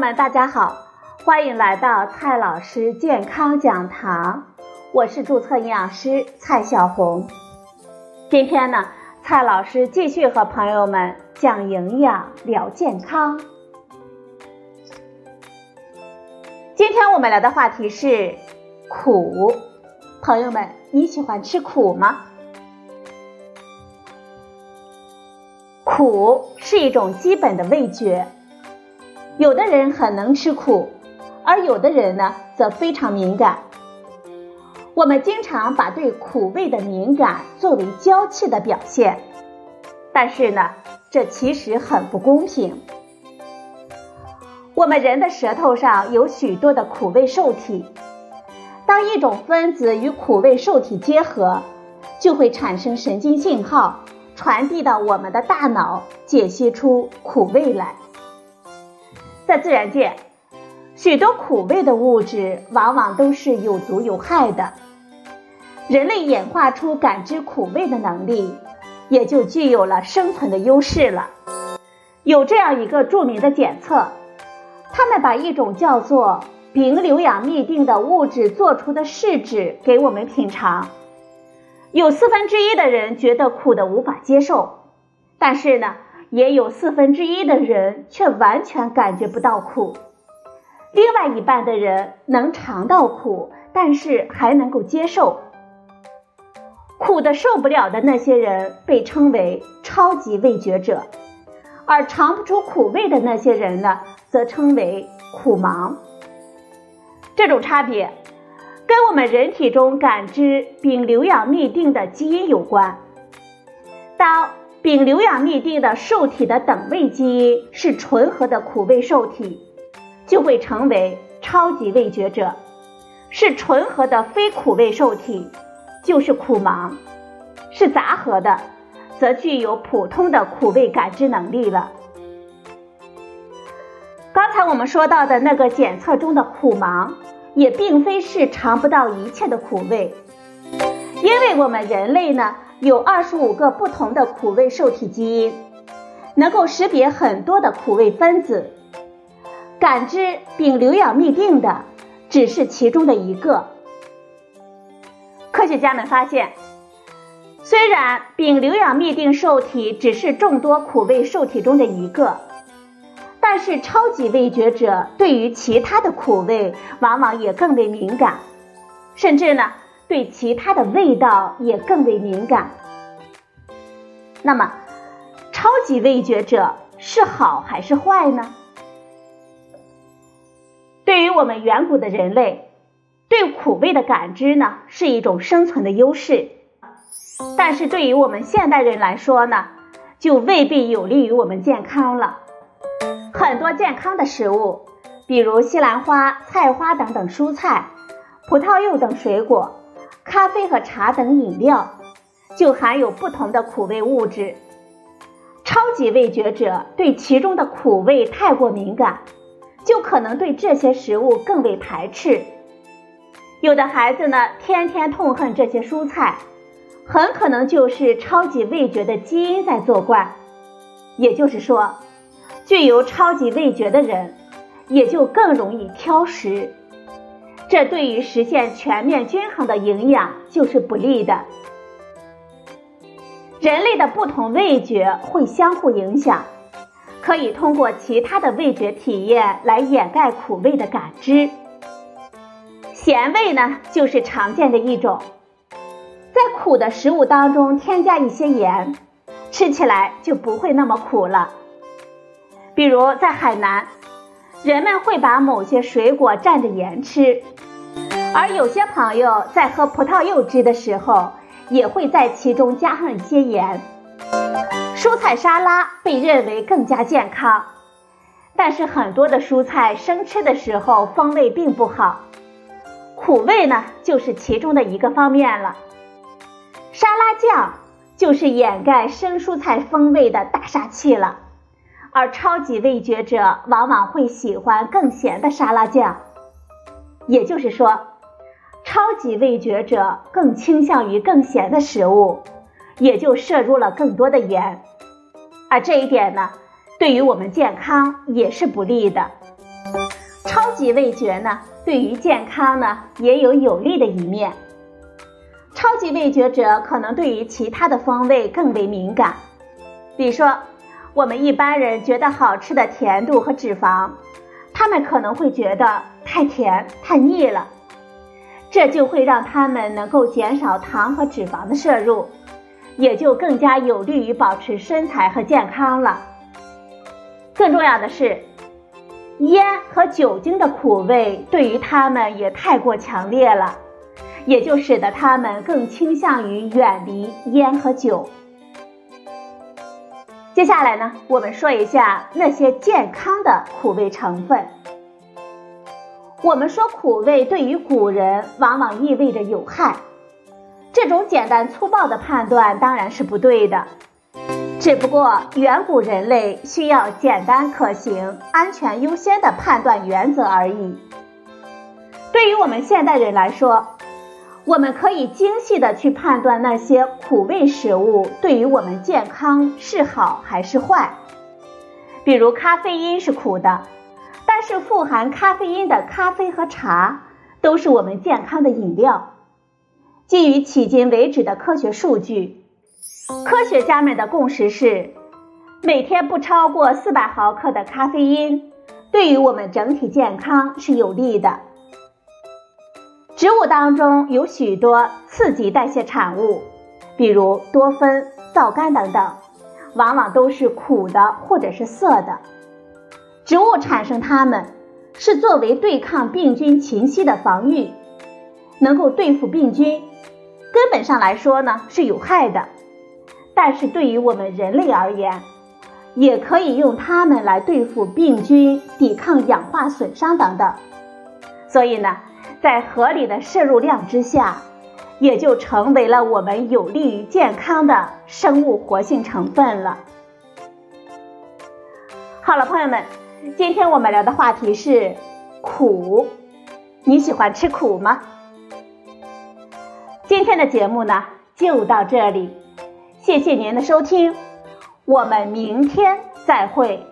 们大家好，欢迎来到蔡老师健康讲堂，我是注册营养师蔡小红。今天呢，蔡老师继续和朋友们讲营养聊健康。今天我们聊的话题是苦。朋友们，你喜欢吃苦吗？苦是一种基本的味觉，有的人很能吃苦，而有的人呢则非常敏感。我们经常把对苦味的敏感作为娇气的表现，但是呢，这其实很不公平。我们人的舌头上有许多的苦味受体，当一种分子与苦味受体结合，就会产生神经信号，传递到我们的大脑，解析出苦味来。在自然界，许多苦味的物质往往都是有毒有害的，人类演化出感知苦味的能力，也就具有了生存的优势了。有这样一个著名的检测，他们把一种叫做丙硫氧嘧啶的物质做出的试纸给我们品尝，有1/4的人觉得苦的无法接受，但是呢，也有1/4的人却完全感觉不到苦。另外一半的人能尝到苦，但是还能够接受。苦的受不了的那些人被称为超级味觉者，而尝不出苦味的那些人呢，则称为苦盲。这种差别跟我们人体中感知丙硫氧嘧啶的基因有关。当丙硫氧嘧啶的受体的等位基因是纯合的苦味受体，就会成为超级味觉者；是纯合的非苦味受体，就是苦盲；是杂合的，则具有普通的苦味感知能力了。刚才我们说到的那个检测中的苦盲，也并非是尝不到一切的苦味，因为我们人类呢，有25个不同的苦味受体基因，能够识别很多的苦味分子，感知丙硫氧嘧啶的只是其中的一个。科学家们发现，虽然丙硫氧嘧啶受体只是众多苦味受体中的一个，但是超级味觉者对于其他的苦味往往也更为敏感，甚至呢，对其他的味道也更为敏感。那么，超级味觉者是好还是坏呢？对于我们远古的人类，对苦味的感知呢，是一种生存的优势。但是对于我们现代人来说呢，就未必有利于我们健康了。很多健康的食物，比如西兰花、菜花等等蔬菜、葡萄柚等水果、咖啡和茶等饮料，就含有不同的苦味物质。超级味觉者对其中的苦味太过敏感，就可能对这些食物更为排斥。有的孩子呢，天天痛恨这些蔬菜，很可能就是超级味觉的基因在作怪。也就是说，具有超级味觉的人也就更容易挑食，这对于实现全面均衡的营养就是不利的。人类的不同味觉会相互影响，可以通过其他的味觉体验来掩盖苦味的感知。咸味呢，就是常见的一种，在苦的食物当中添加一些盐，吃起来就不会那么苦了。比如在海南，人们会把某些水果蘸着盐吃，而有些朋友在喝葡萄柚汁的时候，也会在其中加上一些盐。蔬菜沙拉被认为更加健康，但是很多的蔬菜生吃的时候风味并不好，苦味呢，就是其中的一个方面了。沙拉酱就是掩盖生蔬菜风味的大杀器了。而超级味觉者往往会喜欢更咸的沙拉酱，也就是说，超级味觉者更倾向于更咸的食物，也就摄入了更多的盐，而这一点呢，对于我们健康也是不利的。 超级味觉呢，对于健康呢也有利的一面。超级味觉者可能对于其他的风味更为敏感，比如说我们一般人觉得好吃的甜度和脂肪，他们可能会觉得太甜太腻了，这就会让他们能够减少糖和脂肪的摄入，也就更加有利于保持身材和健康了。更重要的是，烟和酒精的苦味对于他们也太过强烈了，也就使得他们更倾向于远离烟和酒。接下来呢，我们说一下那些健康的苦味成分。我们说苦味对于古人往往意味着有害，这种简单粗暴的判断当然是不对的，只不过远古人类需要简单可行、安全优先的判断原则而已。对于我们现代人来说，我们可以精细地去判断那些苦味食物对于我们健康是好还是坏。比如咖啡因是苦的，但是富含咖啡因的咖啡和茶都是我们健康的饮料。基于迄今为止的科学数据，科学家们的共识是，每天不超过400毫克的咖啡因对于我们整体健康是有利的。植物当中有许多刺激代谢产物，比如多酚、皂苷等等，往往都是苦的或者是涩的。植物产生它们是作为对抗病菌侵袭的防御，能够对付病菌，根本上来说呢是有害的，但是对于我们人类而言，也可以用它们来对付病菌、抵抗氧化损伤等等。所以呢，在合理的摄入量之下，也就成为了我们有利于健康的生物活性成分了。好了，朋友们，今天我们聊的话题是苦，你喜欢吃苦吗？今天的节目呢就到这里，谢谢您的收听，我们明天再会。